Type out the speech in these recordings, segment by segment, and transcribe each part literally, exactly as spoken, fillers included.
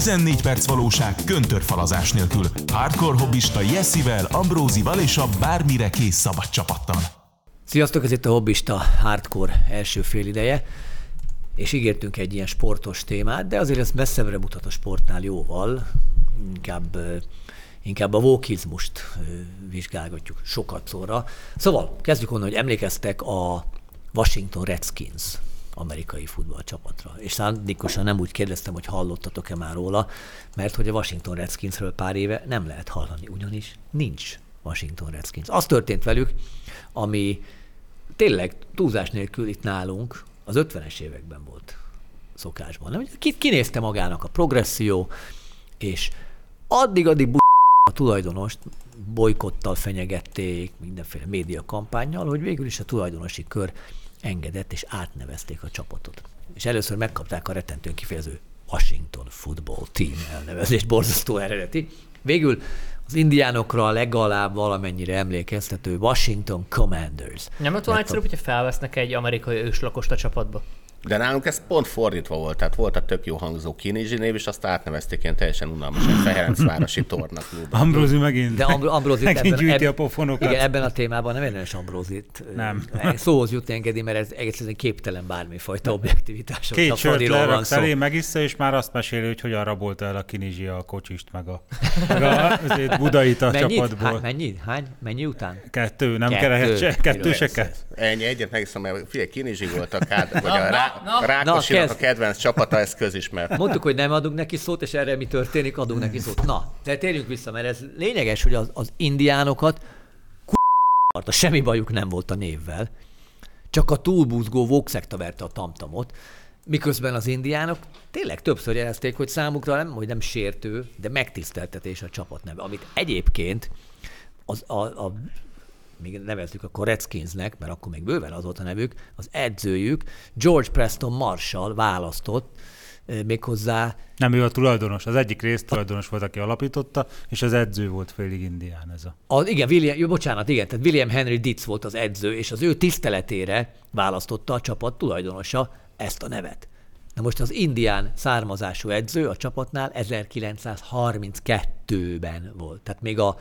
tizennégy perc valóság köntörfalazás nélkül. Hardcore hobbista Jessivel, Ambrózival és a bármire kész szabad csapattal. Sziasztok, ez itt a Hobbista Hardcore első félideje, és ígértünk egy ilyen sportos témát, de azért ez messzebbre mutat a sportnál jóval, inkább, inkább a vókizmust vizsgálgatjuk sokat szóra. Szóval kezdjük onnan, hogy emlékeztek a Washington Redskins amerikai futballcsapatra. És szándékosan nem úgy kérdeztem, hogy hallottatok-e már róla, mert hogy a Washington Redskinsről pár éve nem lehet hallani, ugyanis nincs Washington Redskins. Az történt velük, ami tényleg túlzás nélkül itt nálunk az ötvenes években volt szokásban. Nem? Kinézte magának a progresszió, és addig-addig b- a tulajdonost bolykottal fenyegették, mindenféle médiakampánnyal, hogy végül is a tulajdonosi kör engedett, és átnevezték a csapatot. És először megkapták a rettentően kifejező Washington Football Team elnevezést, borzasztó eredeti. Végül az indiánokra legalább valamennyire emlékeztető Washington Commanders. Nem lett volna egyszerűbb, hogyha felvesznek egy amerikai őslakost a csapatba? De nálunk ez pont fordítva volt, tehát volt a tök jó hangzó Kinizsi név, és azt átnevezték ilyen teljesen unalmasan Ferencvárosi tornaklubban. Ambrózi megint. De Ambr- Ambrózit megint ebben, gyűjti eb- a pofonokat. Igen, ebben a témában nem érdemes Ambrózit nem. szóhoz jutni engedi, mert ez egészen képtelen bármifajta objektivitásra. Két sört leraksz elé, megissza, és már azt meséli, hogy hogyan rabolta el a Kinizsi a kocsist, meg a, meg a Budait a mennyit? csapatból. Hány, mennyi? Hány? Mennyi után? Kettő, nem Kettő. kettő, se, kettő se kell. Ennyi, egyet megiszom, mert figyelj, Kinizsi volt a, kád, vagy Na, a, rá, na, na. Rákosinak Na, a kedvenc csapata, ez közismert. Mondtuk, hogy nem adunk neki szót, és erre mi történik, adunk neki szót. Na, de térjünk vissza, mert ez lényeges, hogy az, az indiánokat k***arta, semmi bajuk nem volt a névvel, csak a túlbúzgó vókszekta verte a tamtamot, miközben az indiánok tényleg többször jelezték, hogy számukra nem, hogy nem sértő, de megtiszteltetés a csapatneve, amit egyébként az, a, a még nevezzük akkor Redskinsnek, mert akkor még bőven az volt a nevük, az edzőjük George Preston Marshall választott méghozzá. Nem, ő a tulajdonos. Az egyik rész tulajdonos volt, aki alapította, és az edző volt félig indián ez a. a igen, William, jó, bocsánat, igen, tehát William Henry Ditz volt az edző, és az ő tiszteletére választotta a csapat tulajdonosa ezt a nevet. Na most az indián származású edző a csapatnál ezerkilencszázharminckettőben volt. Tehát még a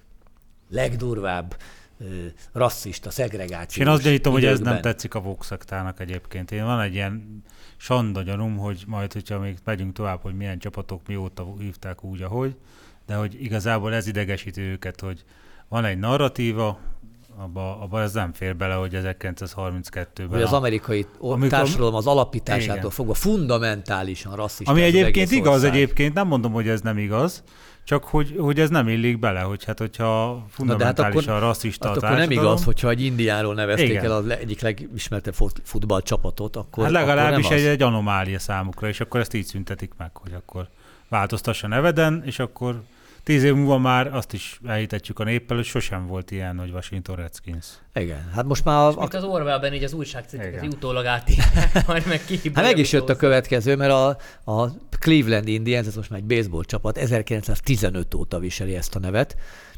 legdurvább rasszista, szegregációs. Én azt gyanítom, hogy ez nem időkben. tetszik a vókszektának egyébként. Én van egy ilyen sanda gyanúm, hogy majd, hogyha még megyünk tovább, hogy milyen csapatok mióta hívták úgy, ahogy, de hogy igazából ez idegesíti őket, hogy van egy narratíva, abba, abba ez nem fér bele, hogy ezerkilencszázharminckettőben. Hogy az amerikai amikor... társadalom az alapításától igen. fogva fundamentálisan rasszista. Ami egyébként igaz ország. Egyébként, nem mondom, hogy ez nem igaz, csak hogy, hogy ez nem illik bele, hogy hát hogyha fundamentálisan hát rasszista a akkor nem igaz, hogyha egy indiánról nevezték igen. el az egyik legismertebb futballcsapatot, akkor hát legalábbis akkor egy, egy anomália számukra, és akkor ezt így szüntetik meg, hogy akkor változtassa neveden, és akkor tíz év múlva már azt is elhitetjük a néppel, hogy sosem volt ilyen, hogy Washington Redskins. Igen, hát most már... A... Mint az Orwellben így az újságcikkeket utólag át, majd meg kihibálja. Hát meg is jött a következő, mert a, a Cleveland Indians, ez most már egy baseball csapat, ezerkilencszáztizenöt óta viseli ezt a nevet,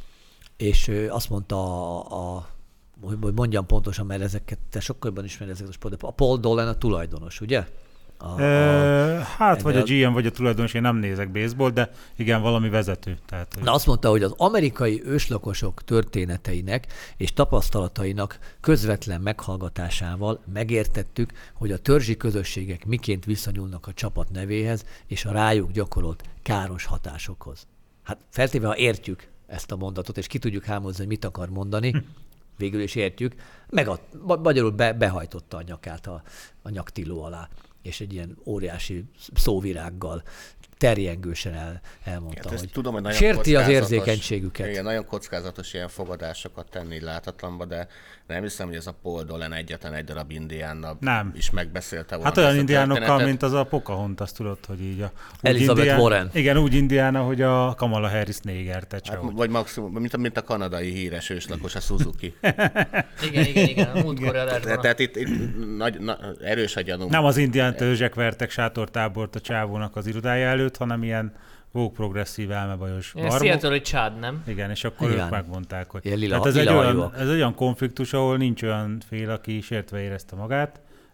és azt mondta a, a hogy mondjam pontosan, mert ezeket te sokkal jobban ismered ezeket a sportot, a Paul Dolan a tulajdonos, ugye? A, e, a, hát vagy a gé em, vagy a tulajdonos, én nem nézek baseball, de igen, valami vezető. Tehát, hogy... Na azt mondta, hogy az amerikai őslakosok történeteinek és tapasztalatainak közvetlen meghallgatásával megértettük, hogy a törzsi közösségek miként viszonyulnak a csapat nevéhez és a rájuk gyakorolt káros hatásokhoz. Hát feltéve, ha értjük ezt a mondatot, és ki tudjuk hámozni, hogy mit akar mondani, végül is értjük, meg a, magyarul be, behajtotta a nyakát a, a nyaktilló alá, és egy ilyen óriási szóvirággal terjengősen el, elmondta, hát hogy, tudom, hogy sérti az érzékenységüket. Igen, nagyon kockázatos ilyen fogadásokat tenni látatlanba, de nem hiszem, hogy ez a Paul Dolan egyetlen egy darab indiánnal nem. is megbeszélte volna. Hát olyan indiánokkal, mint az a Pocahontas, tudod, hogy így a... Elizabeth indián, Warren. Igen, úgy indiána, hogy a Kamala Harris négerte csak. Hát, vagy maximum, mint a, mint a kanadai híres őslakos, a Suzuki. igen, igen, igen, a múltkor adásban. Tehát itt, itt nagy, na, erős a gyanúm. Nem az indián törzsek vertek sátortábort a csávónak az irodája előtt, hanem ilyen vók progresszív elmebajos barmok. Seattle, hogy Chad, nem? Igen, és akkor igen. ők megmondták, hogy... Lila, hát ez, egy olyan, ez olyan konfliktus, ahol nincs olyan fél, aki sértve érezte magát.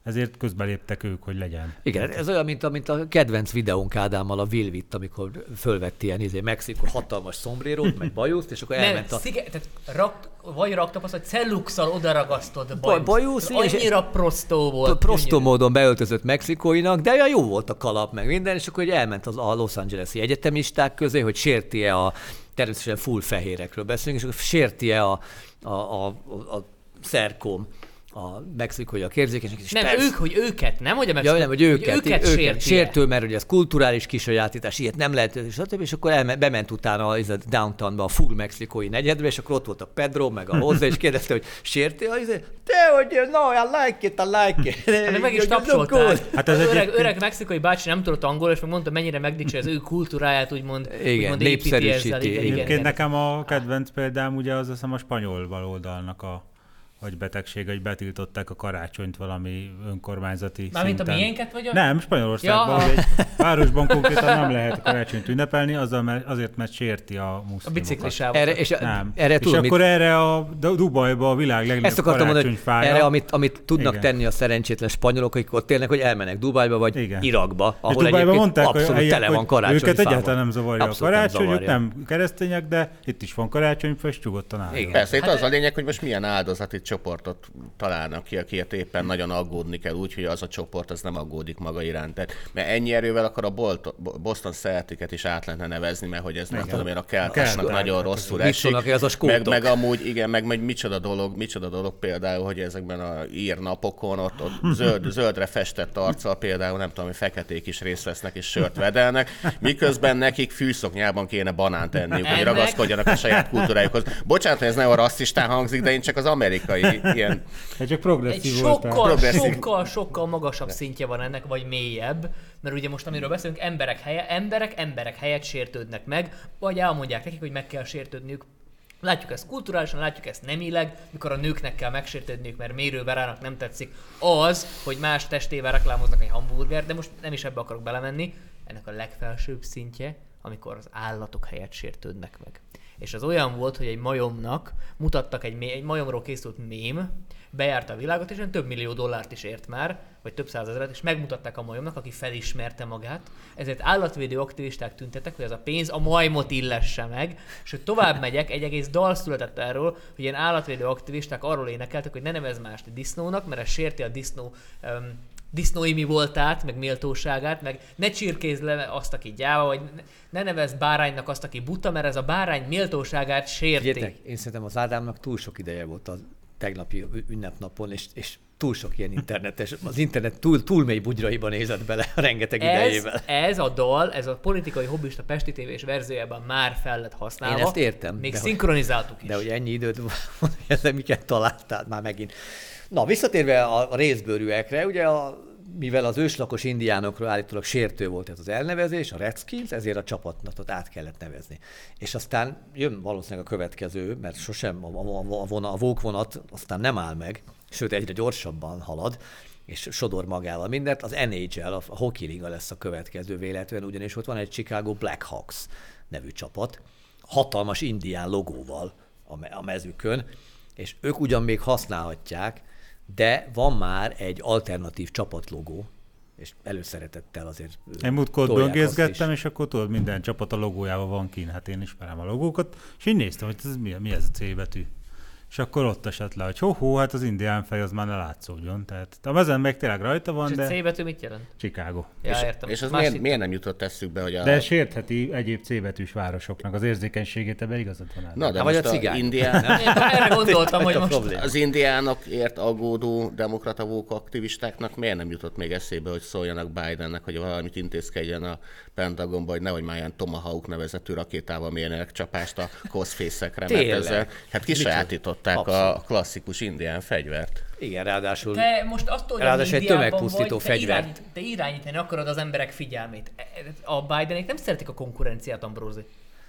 ezért közbeléptek ők, hogy legyen. Igen, ez olyan, mint a, mint a kedvenc videónk Ádámmal, a Will Witt, amikor fölvett ilyen izé, Mexikó hatalmas szombrérót, meg bajuszt, és akkor Nem, elment a... Szige, tehát rak, vagy raktak azt, hogy celluxal odaragasztott Baj- bajusz. bajusz, és- Annyira prostó volt. prostó gyönyörű. módon beöltözött mexikóinak, de olyan jó volt a kalap, meg minden, és akkor hogy elment az a Los Angeles-i egyetemisták közé, hogy sérti-e a, természetesen full fehérekről beszélünk, és akkor sérti-e a, a, a, a szerkóm a mexikóiak érzékenyek. és Nem, persze- ők, hogy őket, nem, hogy a Ja, Mexikó, nem, hogy őket, hogy őket, őket sérti. sértő, mert ugye ez kulturális kisajátítás, ilyet nem lehet, és stb. És akkor elme, bement utána a downtownba, a full mexikói negyedbe, és akkor ott volt a Pedro, meg a Jose, és kérdezte, hogy sérti, a izé, te, hogy no, I like it, I like it. Hát meg is You look tapsolták. good. Hát ez az öreg, egyébként- öreg mexikai bácsi nem tudott angol, és meg mondta, mennyire megdicső az ő kultúráját, úgymond, Igen, úgymond építi ezzel. népszerűsíti. Igen, igen, Egyébként igen. nekem a kedvenc példám ugye az azt hiszem a spanyol baloldalnak a vagy betegség, hogy betiltották a karácsonyt valami önkormányzati Mármint a szinten. miénket, vagy a... Nem, Spanyolországban, Ja. hogy egy városban konkrétan nem lehet a karácsonyt ünnepelni, azzal, mert, azért, mert sérti a A muszlimokat. biciklisával. Erre, és Nem. erre és tudom, akkor mit, erre a Dubajba a világ legnagyobb ezt akartam mondani, hogy karácsonyfája. erre, amit, amit tudnak Igen. tenni a szerencsétlen spanyolok, akik ott élnek, hogy elmennek Dubajba, vagy Igen. Irakba, És ahol Dubajban egyébként mondták, hogy, abszolút hogy, tele van hogy karácsonyfával. őket egyáltalán nem zavarja Abszolút a karácsony, ők zavarja. nem keresztények, de itt is van karácsonyfa, és nyugodtan áll. Igen. Persze, itt Hát az a lényeg, hogy most milyen áldozati csoportot találnak ki, akiért éppen nagyon aggódni kell, úgyhogy az a csoport az nem aggódik maga iránt. Tehát, mert ennyi erővel akkor a Bolt- Boston Celticet is át lehetne nevezni, mert hogy ez nem tudom én, a keltásnak Kelták. nagyon rosszul Mit esik. szólnak ez a skótok? Meg, meg amúgy, igen, meg, meg micsoda dolog, micsoda dolog például, hogy ezekben a ír napokon ott, ott zöld, zöldre festett arccal például, nem tudom, hogy feketék is részt vesznek és sört vedelnek, miközben nekik fűszoknyában kéne banánt enniük, hogy Ennek? ragaszkodjanak a saját kultúrájukhoz. Bocsánat, hogy ez nagyon rasszistán hangzik, de én csak az amerikai ilyen Hát csak Egy progresszív voltál. sokkal, Progresszív. sokkal, sokkal magasabb szintje van ennek, vagy mélyebb, mert ugye most, amiről beszélünk, emberek, helye, emberek emberek helyett sértődnek meg, vagy elmondják nekik, hogy meg kell sértődniük. Látjuk ezt kulturálisan, látjuk ezt nemileg, mikor a nőknek kell megsértődniük, mert mérőverának nem tetszik az, hogy más testével reklámoznak egy hamburger, de most nem is ebbe akarok belemenni. Ennek a legfelsőbb szintje, amikor az állatok helyett sértődnek meg. És az olyan volt, hogy egy majomnak mutattak egy, mé- egy majomról készült mém, bejárta a világot, és olyan több millió dollárt is ért már, vagy több százezeret, és megmutatták a majomnak, aki felismerte magát. Ezért állatvédő aktivisták tüntettek, hogy ez a pénz a majmot illesse meg, és hogy tovább megyek, egy egész dal született erről, hogy ilyen állatvédő aktivisták arról énekeltek, hogy ne nevez mást disznónak, mert ez sérti a disznó um, disznóimi voltát, meg méltóságát, meg ne csirkézd le azt, aki gyáva, vagy ne nevezd báránynak azt, aki buta, mert ez a bárány méltóságát sérti. Figyeljetek, én szerintem az Ádámnak túl sok ideje volt a tegnapi ünnepnapon, és, és túl sok ilyen internetes, az internet túl, túl mély bugyraiba nézett bele rengeteg Ez, idejével. ez a dal, ez a politikai hobbista Pesti tévés verziójában már fel lett használva. Én ezt értem, Még de szinkronizáltuk is. De hogy ennyi időt van, hogy ezzel miket találtál már megint. Na, visszatérve a, a részbőrűekre, ugye a, mivel az őslakos indiánokról állítólag sértő volt ez az elnevezés, a Redskins, ezért a csapatnatot át kellett nevezni. És aztán jön valószínűleg a következő, mert sosem a, a, a, vonat, a vókvonat aztán nem áll meg, sőt egyre gyorsabban halad, és sodor magával mindent. Az en há el, a Hockey Liga lesz a következő véletlenül, ugyanis ott van egy Chicago Blackhawks nevű csapat, hatalmas indián logóval a, me- a mezükön, és ők ugyan még használhatják, de van már egy alternatív csapatlogó, és előszeretettel azért Én múltkor tolják böngészgettem, azt és akkor tudod, minden csapat a logójával van kín, hát én ismerem a logókat, és így néztem, hogy ez mi, mi ez a C betű. És akkor ott esett le, hogy ho-ho, hát az indián fej az már ne látszódjon. Tehát a mezen meg tényleg rajta van, És de a C betű mit jelent? Chicago. Ja, és, értem. és az Más miért, itt- miért nem jutott eszükbe, hogy a... De sértheti egyéb C betűs városoknak az érzékenységét, ebben igazad van. Na, de Há, vagy most a a cigány. indián, Én erre gondoltam, hogy a most... probléma. az indiánokért aggódó demokrata vók aktivistáknak miért nem jutott még eszébe, hogy szóljanak Bidennek, hogy valamit intézkedjen a Pentagonba, hogy nehogy már ilyen Tomahawk nevezetű rakétával mérjenek csapást a koszfészekre, mert Tényleg. ezzel hát kisajátították a klasszikus indián fegyvert. Igen, ráadásul... Te most azt tudod, Ráadásul egy Indiában tömegpusztító vagy, te fegyvert. irányít- Te irányítani akarod az emberek figyelmét. A Bidenék nem szeretik a konkurenciát, Ambrózi.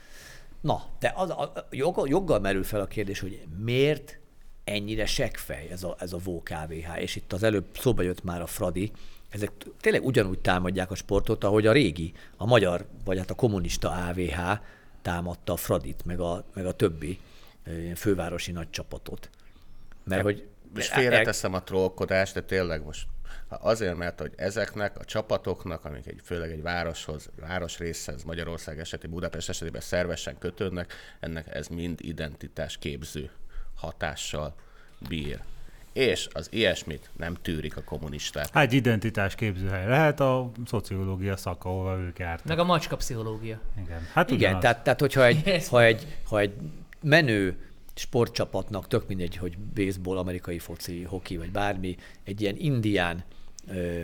Na, de az, a, a, jog, joggal merül fel a kérdés, hogy miért ennyire seggfej ez a, ez a vó ká vé há, és itt az előbb szóba jött már a Fradi, ezek tényleg ugyanúgy támadják a sportot, ahogy a régi, a magyar, vagy hát a kommunista á vé há támadta a Fradit, meg a, meg a többi ilyen fővárosi nagy csapatot. Mert hogy... És félreteszem a trollkodást, de tényleg most Azért, mert hogy ezeknek a csapatoknak, amik egy, főleg egy városhoz, városrészhez, Magyarország esetében, Budapest esetében szervesen kötődnek, ennek ez mind identitásképző hatással bír. És az ilyesmit nem tűrik a kommunisták. Hát egy identitás képzőhely lehet a szociológia szaka, ahol ők jártak. Meg a macska pszichológia. Igen, hát Igen, tehát, tehát hogyha egy, ha egy, ha egy menő sportcsapatnak, tök mindegy, hogy baseball, amerikai foci, hoki, vagy bármi, egy ilyen indián, ö,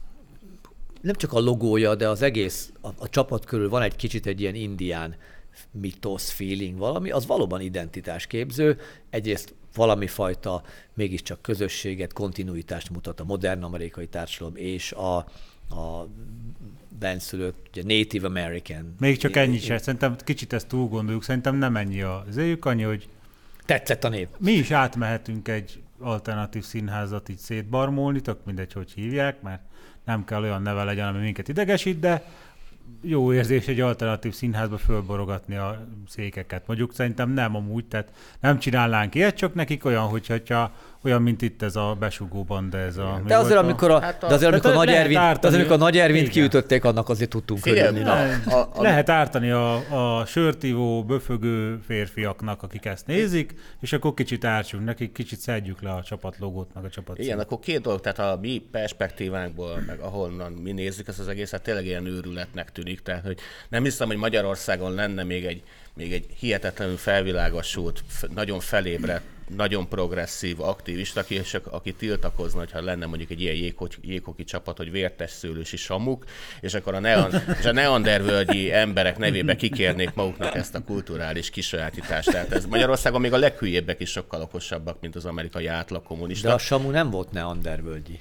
nem csak a logója, de az egész, a, a csapat körül van egy kicsit egy ilyen indián mitosz, feeling valami, az valóban identitásképző. Egyrészt valami fajta mégiscsak közösséget, kontinuitást mutat a modern amerikai társadalom és a, a benszülött, ugye Native American. Még csak ennyi sem. Szerintem kicsit ezt túl gondoljuk. Szerintem nem ennyi az éjjük, annyi, hogy tetszett a név. Mi is átmehetünk egy alternatív színházat így szétbarmolni, tök mindegy, hogy hívják, mert nem kell olyan neve legyen, ami minket idegesít, de jó érzés egy alternatív színházba fölborogatni a székeket. Mondjuk szerintem nem amúgy, tehát nem csinálnánk ilyet, csak nekik olyan, hogyha olyan, mint itt ez a besugó banda, ez a... De azért, amikor a, hát a, de azért, amikor a Nagy Ervin, de azért, amikor a Nagy Ervint kiütötték, annak azért tudtunk örülni. Lehet ártani a, a sörtívó, böfögő férfiaknak, akik ezt nézik, és akkor kicsit ártsunk nekik, kicsit szedjük le a csapatlogót, meg a csapat. Igen, akkor két dolog, tehát a mi perspektívánkból, meg ahonnan mi nézzük ezt az egészet, tényleg ilyen őrületnek tűnik. Tehát, hogy nem hiszem, hogy Magyarországon lenne még egy, még egy hihetetlenül felvilágosult, nagyon felébredt, nagyon progresszív aktivista, aki, aki tiltakozna, hogyha lenne mondjuk egy ilyen jéghoki csapat, hogy vértesszőlősi samuk, és akkor a, neon, és a neandervölgyi emberek nevébe kikérnék maguknak ezt a kulturális kisajátítást. Tehát ez Magyarországon még a leghülyébbek is sokkal okosabbak, mint az amerikai átlag kommunista. De a samu nem volt neandervölgyi.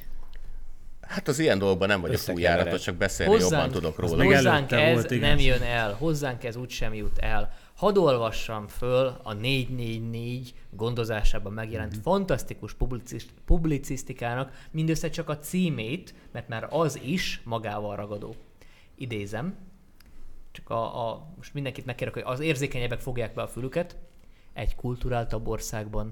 Hát az ilyen dolgokban nem vagyok túljáratos, csak beszélni hozzánk, jobban tudok róla. Hozzánk ez volt, nem jön el, hozzánk ez úgysem jut el. Hadd olvassam föl a négy négy négy gondozásában megjelent mm-hmm. fantasztikus publicist, publicisztikának mindössze csak a címét, mert már az is magával ragadó. Idézem, csak a, a, most mindenkit megkérek, hogy az érzékenyebbek fogják be a fülüket. Egy kulturáltabb országban,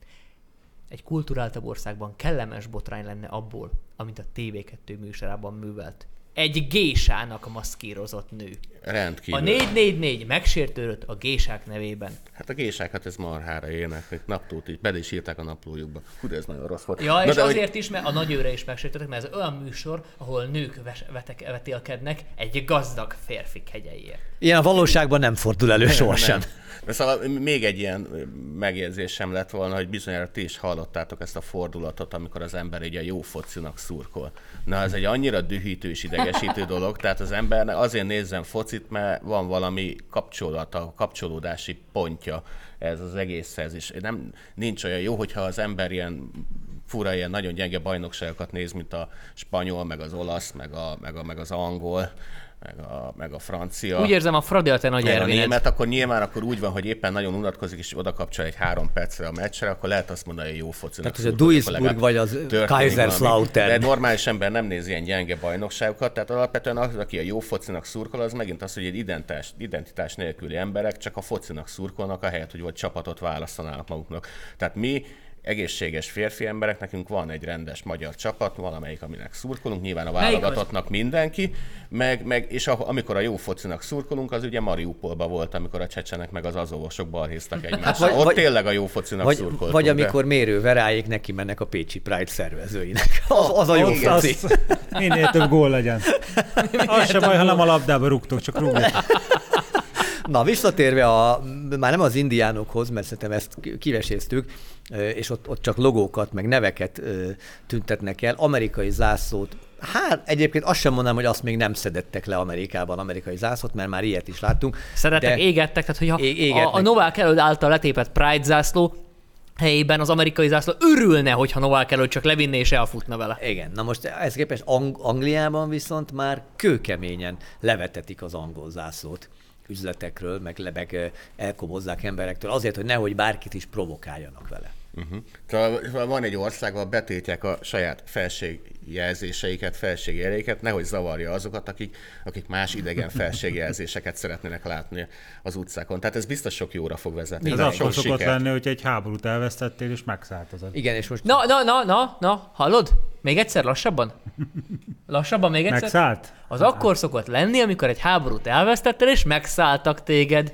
egy kulturáltabb országban kellemes botrány lenne abból, amit a té vé kettő műsorában művelt. Egy gésának maszkírozott nő. Rendkívül. A négy négy négy megsértődött a gésák nevében. Hát a gésák, hát ez marhára élnek, hogy naptót is, bele is írták a naplójukba. Hú, ez nagyon rossz volt. Ja, Na, és azért hogy... is, mert a nagyőre is megsértődtek, mert ez olyan műsor, ahol nők vetek, vetélkednek egy gazdag férfi kegyeiért. Ilyen a valóságban nem fordul elő sohasem. De szóval még egy ilyen megjegyzésem lett volna, hogy bizonyára ti is hallottátok ezt a fordulatot, amikor az ember így a jó focinak szurkol. Na, ez egy annyira dühítő és idegesítő dolog, tehát az embernek azért nézzen focit, mert van valami kapcsolata, kapcsolódási pontja ez az egészhez, és nem, nincs olyan jó, hogyha az ember ilyen fura, ilyen nagyon gyenge bajnokságokat néz, mint a spanyol, meg az olasz, meg, a, meg, a, meg az angol, meg a, meg a francia. Úgy érzem, a Fradi a te Nagy Ervinet. A német, akkor nyilván akkor úgy van, hogy éppen nagyon unatkozik, és oda kapcsol egy három percre a meccsre, akkor lehet azt mondani, hogy jó focinak. Tehát, hogy a Duisburg vagy az Kaiserslautern. De normális ember nem néz ilyen gyenge bajnokságokat, tehát alapvetően az, aki a jó focinak szurkol, az megint az, hogy egy identitás, identitás nélküli emberek csak a focinak szurkolnak, ahelyett, hogy vagy csapatot választanának maguknak. Tehát mi egészséges férfi emberek, nekünk van egy rendes magyar csapat, valamelyik, aminek szurkolunk, nyilván a válogatottnak mindenki, meg, meg, és a, amikor a jó focinak szurkolunk, az ugye Mariupolban volt, amikor a csecsenek meg az azovosok balhéztak egymással. Hát, Ott vagy, tényleg a jó focinak vagy, szurkoltunk. Vagy amikor de... Mérő Veráék neki mennek a Pécsi Pride szervezőinek. Az, az a jó foci. Minél több gól legyen. Az sem baj, ha nem a labdába rúgtok, csak rúgjatok. Na, visszatérve a, már nem az indiánokhoz, mert szerintem ezt kiveséztük, és ott, ott csak logókat, meg neveket tüntetnek el, amerikai zászlót. Hát egyébként azt sem mondanám, hogy azt még nem szedettek le Amerikában amerikai zászlót, mert már ilyet is láttunk. Szedettek, égettek, tehát hogyha é- a, a Novák előtt által letépett Pride zászló helyében az amerikai zászló örülne, hogyha Novák előtt csak levinné és elfutna vele. Igen, na most ehhez képest Ang- Angliában viszont már kőkeményen levetetik az angol zászlót üzletekről, meg lebeg elkobozzák emberektől, azért, hogy nehogy bárkit is provokáljanak vele. Uh-huh. Tehát van egy ország, ahol betiltják a saját felségjelzéseiket, felségjeleiket, nehogy zavarja azokat, akik, akik más idegen felségjelzéseket szeretnének látni az utcákon. Tehát ez biztos sok jóra fog vezetni. Ez sok akkor szokott sikert. lenni, hogy egy háborút elvesztettél, és megszálltad. Igen, és most... Na, na, na, na, na, hallod? Még egyszer, lassabban? Lassabban még egyszer? Megszállt? Az akkor szokott lenni, amikor egy háborút elvesztettél, és megszálltak téged.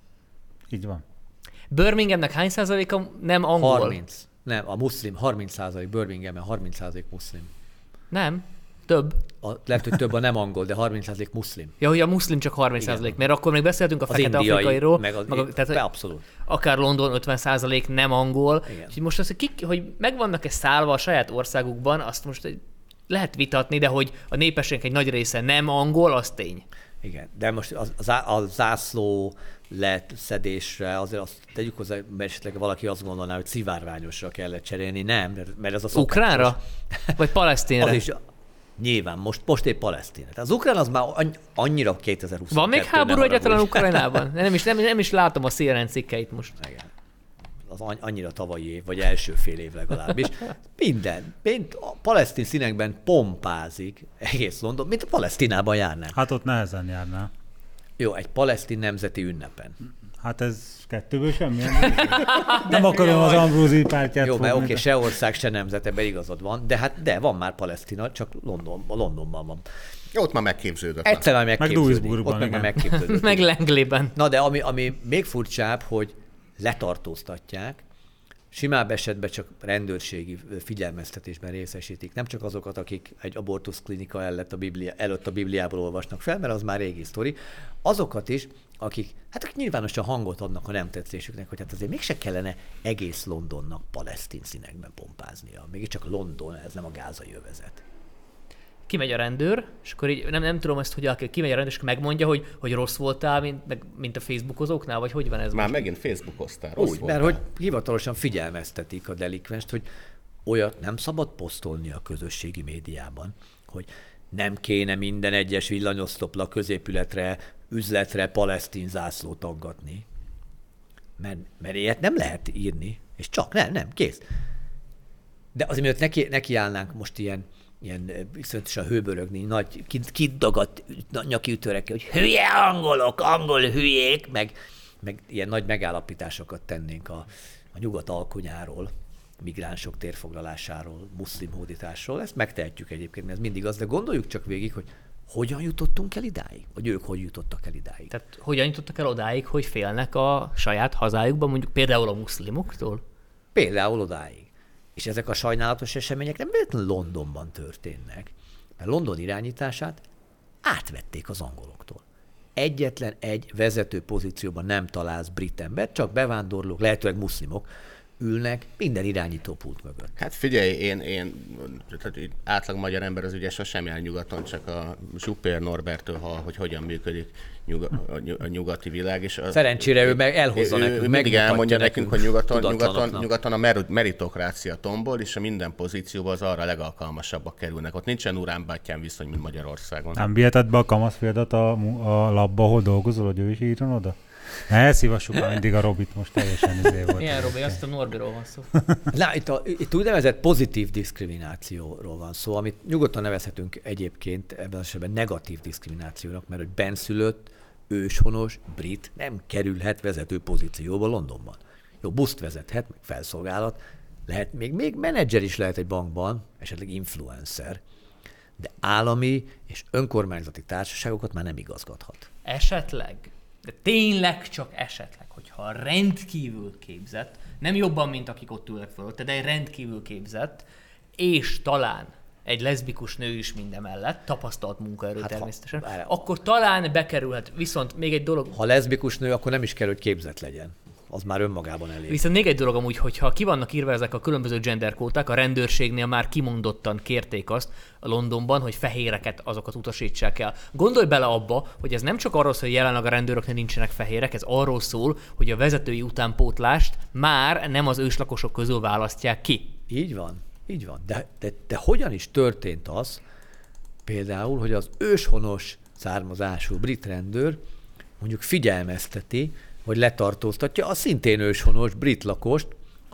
Így van. Birminghamnek hány százaléka nem angol? harminc. Nem, a muszlim, harminc százalék Birminghamben, harminc százalék muszlim. Nem, több. A, lehet, hogy több a nem angol, de harminc százalék muszlim. Ja, hogy a muszlim csak harminc százalék, mert akkor még beszéltünk a Az fekete indiai, afrikairól, meg az, meg a, tehát, be, abszolút. akár London ötven százalék nem angol. Igen. És most az, hogy, kik, hogy megvannak-e szállva a saját országukban, azt most egy, lehet vitatni, de hogy a népességnek egy nagy része nem angol, az tény. Igen, de most a, a, a zászló leszedésre azért azt tegyük hozzá, mert esetleg valaki azt gondolná, hogy szivárványosra kellett cserélni. Nem, mert ez a szokásos. Ukránra? Vagy palesztinre? Az is, nyilván, most, most épp Palesztina. Tehát az ukrán az már annyira kétezer-huszonkettő. Van még háború nem egyáltalán haragudj. Ukrajnában? Nem is, nem, nem is látom a C N N cikkeit most. Igen. Az annyira tavalyi év, vagy első fél év legalábbis. Minden, mint a palesztin színekben pompázik egész London, mint a Palesztinában járnánk. Hát ott nehezen járná. Jó, egy palesztin nemzeti ünnepen. Hát ez kettőből semmi. Nem akarom az Ambrózi pártját Jó, mert fogni, oké, de- se ország, se nemzet, ebben igazad van, de hát de van már Palesztina, csak London, Londonban van. Ott már megképződött. már. Egyszer már megképződik. Duisburgban, Ott meg már igen. megképződik. Meg Langleyben. Na de ami, ami még furcsább, hogy letartóztatják, simább esetben csak rendőrségi figyelmeztetésben részesítik. Nem csak azokat, akik egy abortuszklinika előtt a, Biblia, előtt a Bibliából olvasnak fel, mert az már régi sztori. Azokat is, akik, hát akik nyilvánosan hangot adnak a nem tetszésüknek, hogy hát azért mégse kellene egész Londonnak palesztin színekben pompáznia. Mégiscsak London, ez nem a gázai övezet. Kimegy a rendőr, és akkor így, nem, nem tudom ezt, hogy aki kimegy a rendőr, és megmondja, hogy, hogy rossz voltál, mint, meg, mint a Facebookozóknál, vagy hogy van ez Már most? megint Facebookoztál, rossz Úgy, voltál. mert hogy hivatalosan figyelmeztetik a delikvenst, hogy olyat nem szabad posztolni a közösségi médiában, hogy nem kéne minden egyes villanyoszlopla középületre, üzletre palesztin zászlót aggatni. Mert, mert ilyet nem lehet írni, és csak nem, nem, kész. De azért, mielőtt neki, nekiállnánk most ilyen, ilyen viszonyatosan hőbörögni, nagy, kidagadt nyaki ütörekkel, hogy hülye angolok, angol hülyék, meg, meg ilyen nagy megállapításokat tennénk a, a nyugat alkonyáról, migránsok térfoglalásáról, muszlim hódításról. Ezt megtehetjük egyébként, mert ez mindig az, de gondoljuk csak végig, hogy hogyan jutottunk el idáig? Vagy ők hogy jutottak el idáig? Tehát hogyan jutottak el odáig, hogy félnek a saját hazájukban, mondjuk például a muszlimoktól? Például odáig. És ezek a sajnálatos események nem véletlenül Londonban történnek, mert London irányítását átvették az angoloktól. Egyetlen egy vezető pozícióban nem találsz brit embert, csak bevándorlók, lehetőleg muszlimok ülnek minden irányító pult mögött. Hát figyelj, én, én tehát így átlag magyar ember az ugye sosem jár nyugaton, csak a Zsupér Norbertől hall, hogy hogyan működik nyuga, a, nyug, a nyugati világ. És a, Szerencsére ő meg elhozza ő, nekünk, ő mindig megmutatja elmondja nekünk, hogy nyugaton, nyugaton, tudatlanoknak. nyugaton a mer- meritokrácia tombol, és a minden pozícióban az arra legalkalmasabbak kerülnek. Ott nincsen urán-bátyám viszony, mint Magyarországon. Nem viheted be a kamaszféldet a, a labba, ahol dolgozol, hogy ő is írjon oda? Ne szívassuk már mindig a Robit, most teljesen izé volt. Milyen Robi, azt a Norbiról van szó. Na, itt, a, itt úgynevezett pozitív diszkriminációról van szó, amit nyugodtan nevezhetünk egyébként ebben az esetben negatív diszkriminációnak, mert hogy benszülött, őshonos, brit nem kerülhet vezető pozícióba Londonban. Jó, buszt vezethet, meg felszolgálat, lehet, még, még menedzser is lehet egy bankban, esetleg influencer, de állami és önkormányzati társaságokat már nem igazgathat. Esetleg, de tényleg csak esetleg, hogyha rendkívül képzett, nem jobban, mint akik ott ülnek fölötte, de egy rendkívül képzett, és talán egy leszbikus nő is mindemellett, tapasztalt munkaerő Hát ha- természetesen, várjál. akkor talán bekerülhet. Viszont még egy dolog, Ha leszbikus nő, akkor nem is kell, hogy képzett legyen. Az már önmagában elég. Viszont még egy dolog amúgy, hogyha ki vannak írva ezek a különböző genderkóták, a rendőrségnél már kimondottan kérték azt a Londonban, hogy fehéreket azokat utasítsák el. Gondolj bele abba, hogy ez nem csak arról szól, hogy jelenleg a rendőröknél nincsenek fehérek, ez arról szól, hogy a vezetői utánpótlást már nem az őslakosok közül választják ki. Így van, így van. De, de, de hogyan is történt az, például, hogy az őshonos származású brit rendőr mondjuk figyelmezteti, vagy letartóztatja a szintén őshonos brit lakost,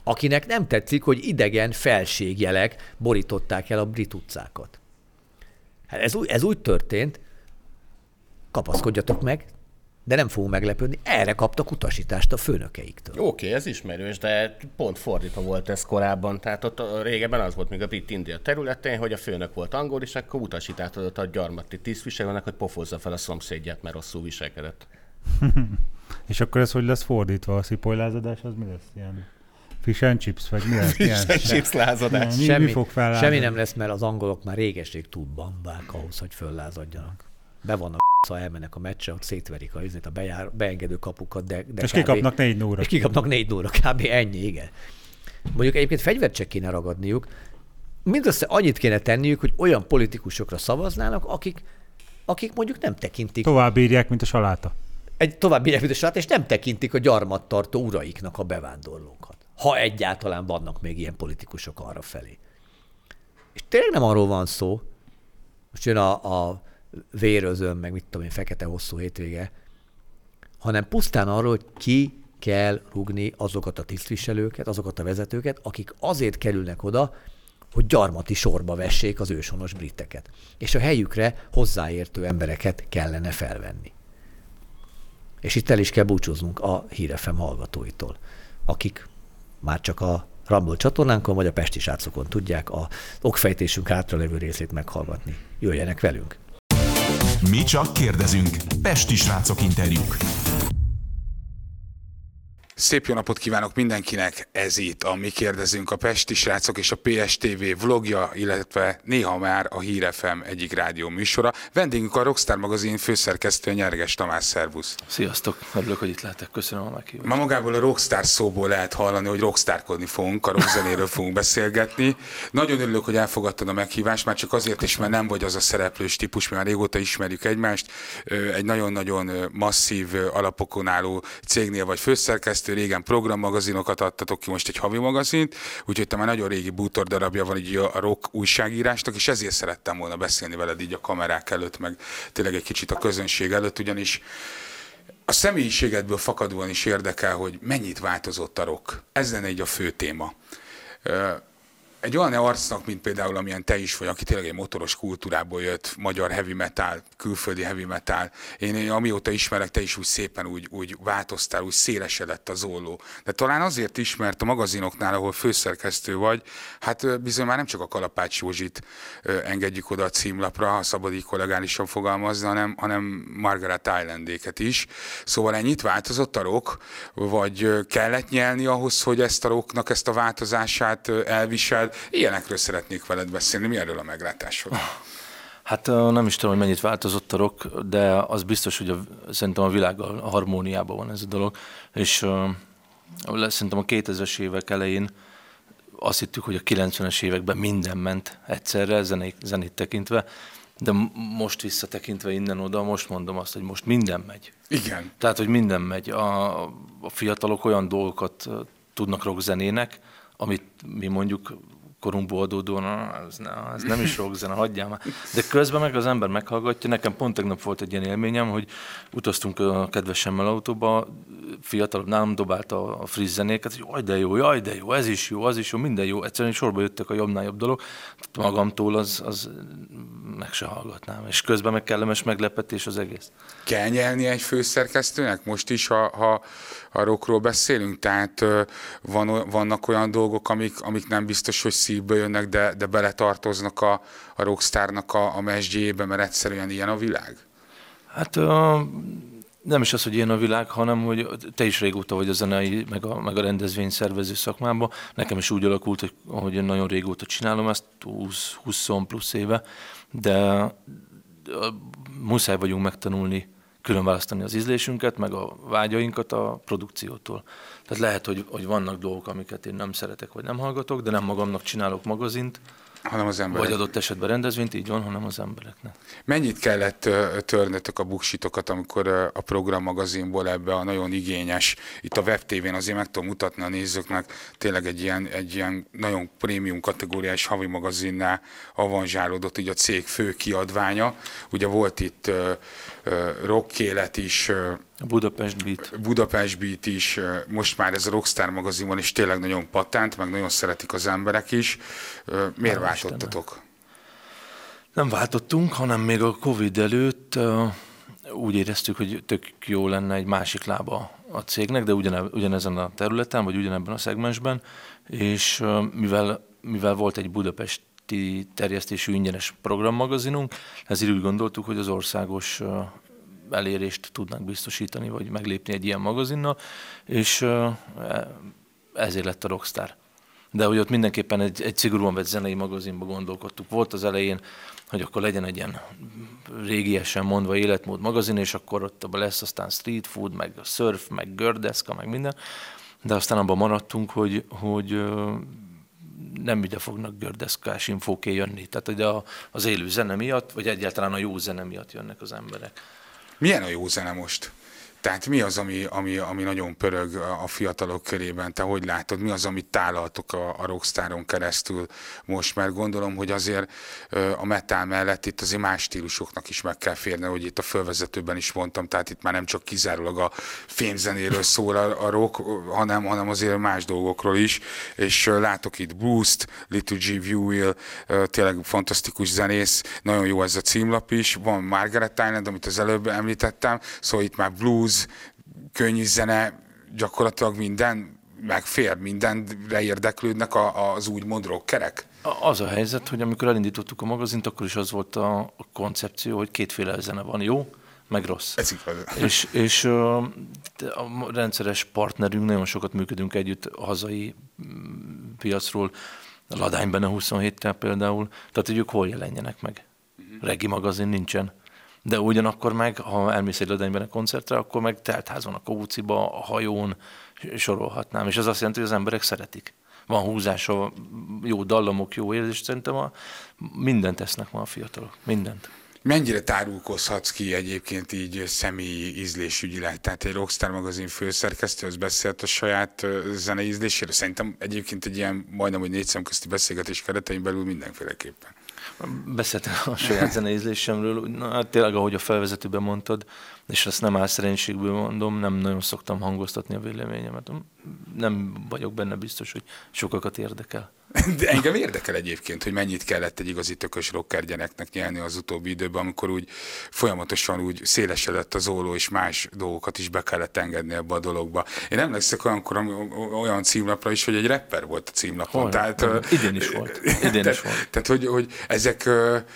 akinek nem tetszik, hogy idegen felségjelek borították el a brit utcákat. Hát ez, ez úgy történt, kapaszkodjatok meg, de nem fogunk meglepődni, erre kaptak utasítást a főnökeiktől. Oké, okay, ez ismerős, de pont fordítva volt ez korábban. Tehát ott régebben az volt még a Brit-India területén, hogy a főnök volt angol, és akkor utasítást adott a gyarmati tisztviselőnek, hogy pofozza fel a szomszédját, mert rosszul viselkedett. És akkor ez hogy lesz fordítva? A szipoly-lázadás az mi lesz? Ilyen fish and chips, vagy mi lesz? Fish and chips lázadás. Mi, semmi, mi fog fellázadni? semmi nem lesz, mert az angolok már régeség túl bambák ahhoz, hogy föllázadjanak. Be vannak szóval elmennek a meccse, ott szétverik a, a bejár, beengedő kapukat, de, de és kb. kikapnak négy nóra. És kikapnak négy nóra, kb. Ennyi, igen. Mondjuk egyébként fegyvert se kéne ragadniuk, mindössze annyit kéne tenniük, hogy olyan politikusokra szavaznának, akik, akik mondjuk nem tekintik. Tovább írják, mint a saláta. Egy tovább írják, mint a saláta, és nem tekintik a gyarmattartó uraiknak a bevándorlókat. Ha egyáltalán vannak még ilyen politikusok arra felé. És tényleg nem arról van szó, most jön a, a vérözöm, meg mit tudom én, fekete hosszú hétvége, hanem pusztán arról, hogy ki kell rúgni azokat a tisztviselőket, azokat a vezetőket, akik azért kerülnek oda, hogy gyarmati sorba vessék az őshonos briteket. És a helyükre hozzáértő embereket kellene felvenni. És itt el is kell búcsúznunk a Hír ef em hallgatóitól, akik már csak a Rumble csatornánkon vagy a Pesti Srácokon tudják a okfejtésünk hátralevő részét meghallgatni. Jöjjenek velünk! Mi csak kérdezünk. Pesti Srácok interjúk. Szép jó napot kívánok mindenkinek! Ez itt a Mi kérdezünk, a Pesti Srácok és a pé es té vé vlogja, illetve néha már a Hír ef em egyik rádió műsora. Vendégünk a Rockstar magazin főszerkesztője, Nyerges Tamás, szervusz! Sziasztok! Örülök, hogy itt lehetek. Köszönöm a meghívást. Ma magából a Rockstar szóból lehet hallani, hogy rockstarkodni fogunk, a rockzenéről fogunk beszélgetni. Nagyon örülök, hogy elfogadtad a meghívást, már csak azért is, mert nem vagy az a szereplős típus, mert már régóta ismerjük egymást. Egy nagyon-nagyon masszív alapokon álló cégnél vagy főszerkesztő, régen programmagazinokat adtatok ki, most egy havi magazint, úgyhogy te már nagyon régi bútordarabja van így a rock újságírásnak, és ezért szerettem volna beszélni veled így a kamerák előtt, meg tényleg egy kicsit a közönség előtt, ugyanis a személyiségedből fakadóan is érdekel, hogy mennyit változott a rock. Ez lenne így a fő téma. Egy olyan arcnak, mint például amilyen te is vagy, aki tényleg egy motoros kultúrából jött, magyar heavy metal, külföldi heavy metal. Én, én amióta ismerek, te is úgy szépen úgy, úgy változtál, úgy szélesedett az olló. De talán azért is, mert a magazinoknál, ahol főszerkesztő vagy, hát bizony már nem csak a Kalapács Józsit engedjük oda a címlapra, ha szabad így kollegálisan fogalmazni, hanem, hanem Margaret Islandéket is. Szóval ennyit változott a rock, vagy kellett nyelni ahhoz, hogy ezt a rocknak ezt a változását elvisel. Ilyenekről szeretnék veled beszélni. Mi erről a meglátásod? Hát nem is tudom, hogy mennyit változott a rock, de az biztos, hogy a, szerintem a világgal a harmóniában van ez a dolog. És uh, szerintem a kétezres évek elején azt hittük, hogy a kilencvenes években minden ment egyszerre, zenét, zenét tekintve, de most visszatekintve innen-oda, most mondom azt, hogy most minden megy. Igen. Tehát, hogy minden megy. A, a fiatalok olyan dolgokat tudnak rockzenének, amit mi mondjuk korunkból adódóan, az, az nem is rockzene, hagyjál már. De közben meg az ember meghallgatja. Nekem pont tegnap volt egy ilyen élményem, hogy utaztunk a kedvesemmel autóba, fiatalabb nálam dobálta a friss zenéket, hogy jaj de jó, jaj de jó, ez is jó, az is jó, minden jó. Egyszerűen sorba jöttek a jobbnál jobb dolog. Magamtól az, az meg se hallgatnám. És közben meg kellemes meglepetés az egész. Kell nyelni egy főszerkesztőnek? Most is, ha, ha a rockról beszélünk, tehát van, vannak olyan dolgok, amik, amik nem biztos, hogy szívből jönnek, de, de beletartoznak a, a rockstarnak a, a mesdjébe, mert egyszerűen ilyen a világ? Hát uh, nem is az, hogy ilyen a világ, hanem hogy te is régóta vagy a zenei, meg a, meg a rendezvényszervező szakmában. Nekem is úgy alakult, hogy, hogy én nagyon régóta csinálom ezt, húsz, húsz plusz éve, de uh, muszáj vagyunk megtanulni különválasztani az ízlésünket, meg a vágyainkat a produkciótól. Tehát lehet, hogy, hogy vannak dolgok, amiket én nem szeretek, vagy nem hallgatok, de nem magamnak csinálok magazint, hanem az emberek. Vagy adott esetben rendezvényt, így van, hanem az embereknek. Mennyit kellett törnötök a buksitokat, amikor a programmagazinból ebbe a nagyon igényes, itt a web tévén azért meg tudom mutatni a nézőknek, tényleg egy ilyen, egy ilyen nagyon prémium kategóriás havi magazinnál avanzsálódott így a cég fő kiadványa. Ugye volt itt rock élet is, a Budapest Beat. Budapest Beat is, most már ez a Rockstar magazinban is tényleg nagyon patent, meg nagyon szeretik az emberek is. Miért váltottatok? Nem váltottunk, hanem még a Covid előtt uh, úgy éreztük, hogy tök jó lenne egy másik lába a cégnek, de ugyane, ugyanezen a területen, vagy ugyanebben a szegmensben, és uh, mivel, mivel volt egy budapesti terjesztésű ingyenes programmagazinunk, ezért úgy gondoltuk, hogy az országos uh, elérést tudnak biztosítani, vagy meglépni egy ilyen magazinnal, és uh, ezért lett a Rockstar. De hogy ott mindenképpen egy, egy szigorúan vett zenei magazinba gondolkodtuk. Volt az elején, hogy akkor legyen egy ilyen régiesen mondva életmód magazin, és akkor ott abban lesz aztán street food, meg surf, meg gördeszka, meg minden. De aztán abban maradtunk, hogy, hogy nem ide fognak gördeszkás infóké jönni. Tehát hogy az élő zene miatt, vagy egyáltalán a jó zene miatt jönnek az emberek. Milyen a jó zene most? Tehát mi az, ami, ami, ami nagyon pörög a fiatalok körében? Te hogy látod? Mi az, amit tálaltok a, a Rockstaron keresztül most? Mert gondolom, hogy azért a metal mellett itt azért más stílusoknak is meg kell férni, hogy itt a fölvezetőben is mondtam, tehát itt már nem csak kizárólag a fémzenéről szól a, a rock, hanem, hanem azért más dolgokról is. És látok itt Blues-t, Little G. Viewell, tényleg fantasztikus zenész, nagyon jó ez a címlap is. Van Margaret Island, amit az előbb említettem, szóval itt már blues, könnyű zene, gyakorlatilag minden megfér, mindenre érdeklődnek a, az úgymond rockerek? Az a helyzet, hogy amikor elindítottuk a magazint, akkor is az volt a, a koncepció, hogy kétféle zene van, jó, meg rossz. Ez igaz. És, és a, a rendszeres partnerünk, nagyon sokat működünk együtt a hazai piacról, a Ladány Bene huszonhéttel például, tehát hogy ők hol jelenjenek meg. Reggae magazin nincsen. De ugyanakkor meg, ha elmész egy Ladánybene koncertre, akkor meg teltházon, a Kóciba, a hajón sorolhatnám. És ez azt jelenti, hogy az emberek szeretik. Van húzása, jó dallamok, jó érzés, szerintem a, mindent tesznek ma a fiatalok. Mindent. Mennyire tárulkozhatsz ki egyébként így személyi ízlésügyileg? Tehát egy Rockstar magazin főszerkesztő, az beszélt a saját zenei ízléséről. Szerintem egyébként egy ilyen majdnem, hogy négy szemközti beszélgetés keretein belül mindenféleképpen. Beszéltem a saját zeneízlésemről, na, hát tényleg, ahogy a felvezetőben mondtad, és ezt nem álszerénységből mondom, nem nagyon szoktam hangoztatni a véleményemet. Nem vagyok benne biztos, hogy sokakat érdekel. De engem érdekel egyébként, hogy mennyit kellett egy igazi tökös rocker gyereknek nyelni az utóbbi időben, amikor úgy folyamatosan úgy szélesedett az óló, és más dolgokat is be kellett engedni ebbe a dologba. Én emlékszek olyankor olyan címlapra is, hogy egy rapper volt a címlapon. Hol? Tehát, idén is volt. Idén te, is volt. Tehát, hogy, hogy ezek...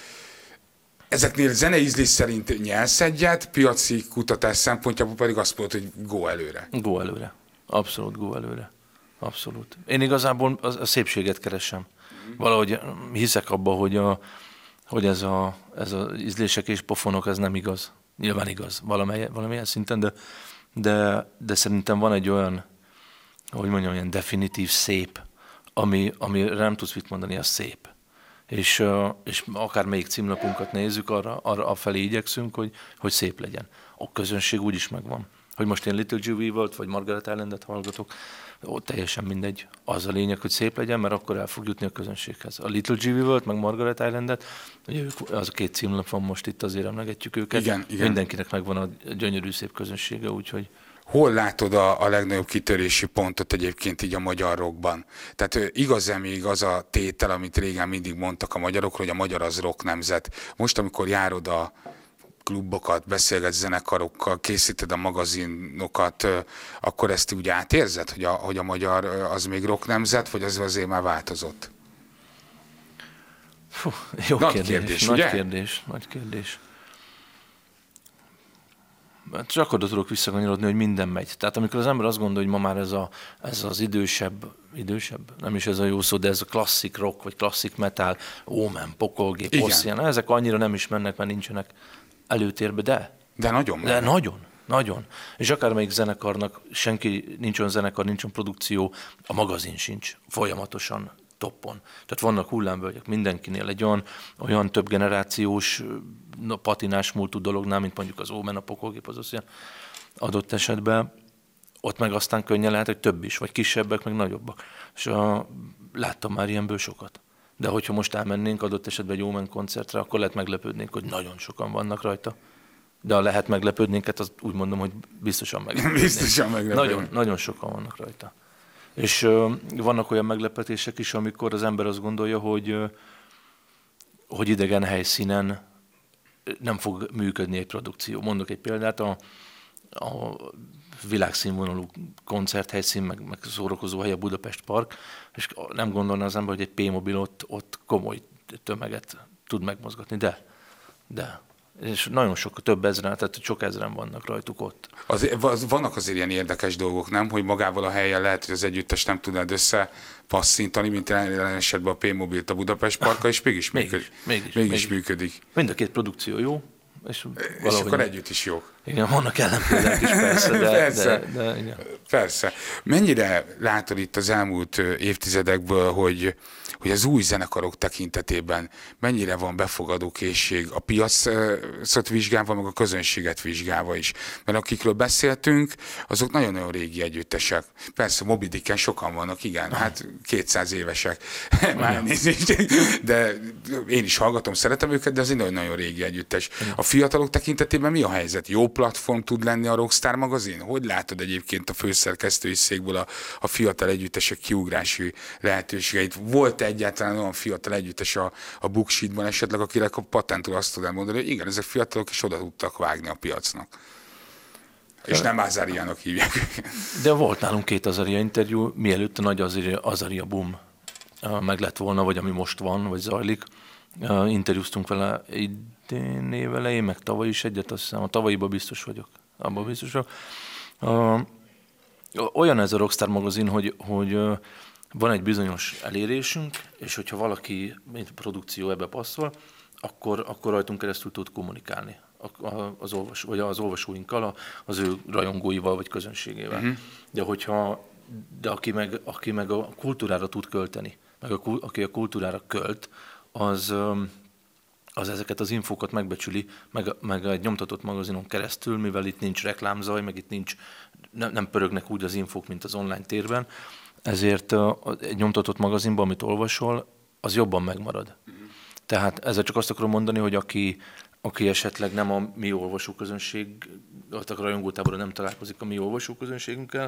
Ezeknél zeneízlés szerint nyelsz egyet, piaci kutatás szempontjából pedig azt mondod, hogy go előre. Go előre. Abszolút go előre. Abszolút. Én igazából a, a szépséget keresem. Valahogy hiszek abba, hogy, a, hogy ez, a, ez az ízlések és pofonok, ez nem igaz. Nyilván igaz valamely, valamilyen szinten, de, de, de szerintem van egy olyan, hogy mondjam, ilyen definitív szép, ami, amire nem tudsz mit mondani, az szép. És, és akár melyik címlapunkat nézzük, arra, arra afelé igyekszünk, hogy, hogy szép legyen. A közönség úgyis megvan. Hogy most én Little G. Viewell-t vagy Margaret Islandet hallgatok, ó, teljesen mindegy. Az a lényeg, hogy szép legyen, mert akkor el fog jutni a közönséghez. A Little G. Viewell-t meg Margaret Islandet, az a két címlap van most itt, azért emlegetjük őket. Igen, igen. Mindenkinek megvan a gyönyörű szép közönsége, úgyhogy... Hol látod a, a legnagyobb kitörési pontot egyébként így a magyar rockban? Tehát igaz-e még az a tétel, amit régen mindig mondtak a magyarokról, hogy a magyar az rock nemzet? Most, amikor járod a klubokat, beszélgetsz zenekarokkal, készíted a magazinokat, akkor ezt úgy átérzed, hogy a, hogy a magyar az még rock nemzet, vagy az azért már változott? Fú, jó nagy kérdés, kérdés, nagy ugye? kérdés, nagy kérdés. Csak oda tudok visszakanyarodni, hogy minden megy. Tehát amikor az ember azt gondolja, hogy ma már ez, a, ez az idősebb, idősebb, nem is ez a jó szó, de ez a klasszik rock, vagy klasszik metal, Omen, Pokolgép, Ossian, ezek annyira nem is mennek, mert nincsenek előtérbe, de... De nagyon De mennek. nagyon, nagyon. És akármelyik zenekarnak, senki, nincs olyan zenekar, nincs olyan produkció, a magazin sincs folyamatosan toppon. Tehát vannak hullámvölgyek mindenkinél, egy olyan, olyan több generációs patinás múltú dolognál, mint mondjuk az Omen, a Pokolgép, az Ossian adott esetben, ott meg aztán könnyen lehet, hogy több is, vagy kisebbek, meg nagyobbak. És a, láttam már ilyenből sokat. De hogyha most elmennénk adott esetben egy Omen koncertre, akkor lehet meglepődnénk, hogy nagyon sokan vannak rajta. De ha lehet meglepődnénket, azt úgy mondom, hogy biztosan meglepődnénk. Biztosan meglepődnénk. Nagyon, nagyon sokan vannak rajta. És uh, vannak olyan meglepetések is, amikor az ember azt gondolja, hogy, uh, hogy idegen helyszínen nem fog működni egy produkció. Mondok egy példát, a, a világszínvonalú koncerthelyszín, meg, meg szórakozó hely a Budapest Park, és nem gondolna az ember, hogy egy P-mobil ott, ott komoly tömeget tud megmozgatni, de, de. És nagyon sok, több ezren, tehát sok ezren vannak rajtuk ott. Az, vannak azért ilyen érdekes dolgok, nem? Hogy magával a helyen lehet, hogy az együttes nem tudnád összepasszintani, mint jelen esetben a P-mobilt a Budapest Parkkal, és mégis, mégis, működik. mégis, mégis, mégis működik. Mind a két produkció jó. És, és akkor együtt is jók. Igen, vannak ellenpéldák is persze, de, persze. de, de igen. Persze. Mennyire látod itt az elmúlt évtizedekből, hogy, hogy az új zenekarok tekintetében mennyire van befogadó készség a piacot vizsgálva, meg a közönséget vizsgálva is? Mert akikről beszéltünk, azok nagyon-nagyon régi együttesek. Persze, Moby Dicken sokan vannak, igen, hát kétszáz évesek. Már de én is hallgatom, szeretem őket, de az egy nagyon-nagyon régi együttes. A fiatalok tekintetében mi a helyzet? Jó platform tud lenni a Rockstar magazin? Hogy látod egyébként a főszerkesztői székből a, a fiatal együttesek kiugrási lehetőségeit? Volt egyáltalán olyan fiatal együttes a, a Booksheetban esetleg, akire a patentul azt tud elmondani, hogy igen, ezek fiatalok is oda tudtak vágni a piacnak. És nem Azaria-nak hívják. De volt nálunk két Azaria interjú, mielőtt a nagy Azaria, Azaria boom meg lett volna, vagy ami most van, vagy zajlik. Interjúztunk vele idén év elején, meg tavaly is egyet, azt hiszem, a tavalyiban biztos vagyok. Abban biztos vagyok. Olyan ez a Rockstar magazin, hogy, hogy van egy bizonyos elérésünk, és hogyha valaki, mint a produkció ebbe passzol, akkor, akkor rajtunk keresztül tud kommunikálni az, olvasó, vagy az olvasóinkkal, az ő rajongóival, vagy közönségével. Uh-huh. De hogyha, de aki meg, aki meg a kultúrára tud költeni, meg a, aki a kultúrára költ, az, az ezeket az infókat megbecsüli, meg, meg egy nyomtatott magazinon keresztül, mivel itt nincs reklámzaj, meg itt nincs, nem, nem pörögnek úgy az infók, mint az online térben, ezért egy nyomtatott magazinban, amit olvasol, az jobban megmarad. Tehát ezzel csak azt akarom mondani, hogy aki, aki esetleg nem a mi olvasóközönség, a rajongótáborban nem találkozik a mi olvasóközönségünkkel,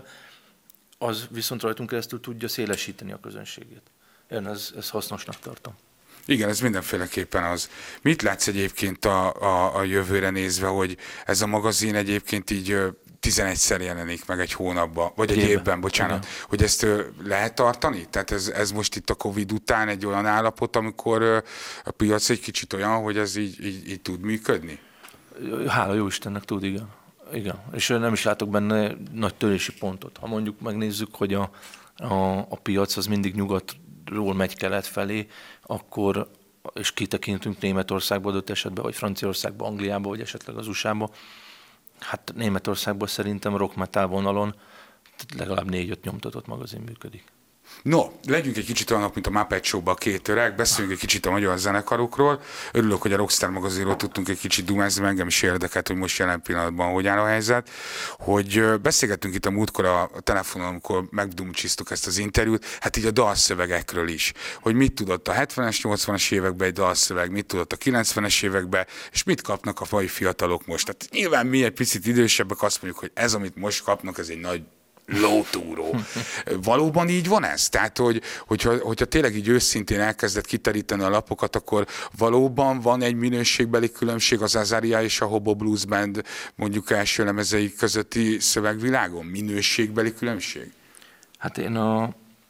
az viszont rajtunk keresztül tudja szélesíteni a közönségét. Én ez, ez hasznosnak tartom. Igen, ez mindenféleképpen az. Mit látsz egyébként a, a, a jövőre nézve, hogy ez a magazin egyébként így tizenegyszer jelenik meg egy hónapban, vagy egy évben, évben bocsánat, igen. Hogy ezt lehet tartani? Tehát ez, ez most itt a Covid után egy olyan állapot, amikor a piac egy kicsit olyan, hogy ez így, így, így tud működni? Hála jó Istennek tud, igen. Igen. És nem is látok benne nagy törési pontot. Ha mondjuk megnézzük, hogy a, a, a piac az mindig nyugatról megy kelet felé, akkor, és kitekintünk Németországba adott esetben, vagy Franciaországba, Angliába, vagy esetleg az u es á-ba, hát Németországban szerintem rock metal vonalon legalább négy-öt nyomtatott magazin működik. No, legyünk egy kicsit olyanok, mint a Muppet Show-ba a két öreg, beszéljünk egy kicsit a magyar zenekarokról. Örülök, hogy a Rockstar magazinról tudtunk egy kicsit dumázni, mert engem is érdekelt, hogy most jelen pillanatban hogy áll a helyzet. Hogy beszélgettünk itt a múltkor a telefonon, amikor megdumcsiztuk ezt az interjút, hát így a dalszövegekről is. Hogy mit tudott a hetvenes, nyolcvanas években egy dalszöveg, mit tudott a kilencvenes években, és mit kapnak a mai fiatalok most. Tehát nyilván mi egy picit idősebbek azt mondjuk, hogy ez, amit most kapnak, ez egy nagy lótúró. Valóban így van ez? Tehát, hogy, hogyha, hogyha tényleg így őszintén elkezdett kiteríteni a lapokat, akkor valóban van egy minőségbeli különbség az Azaria és a Hobo Blues Band mondjuk első lemezei közötti szövegvilágon? Minőségbeli különbség? Hát én a...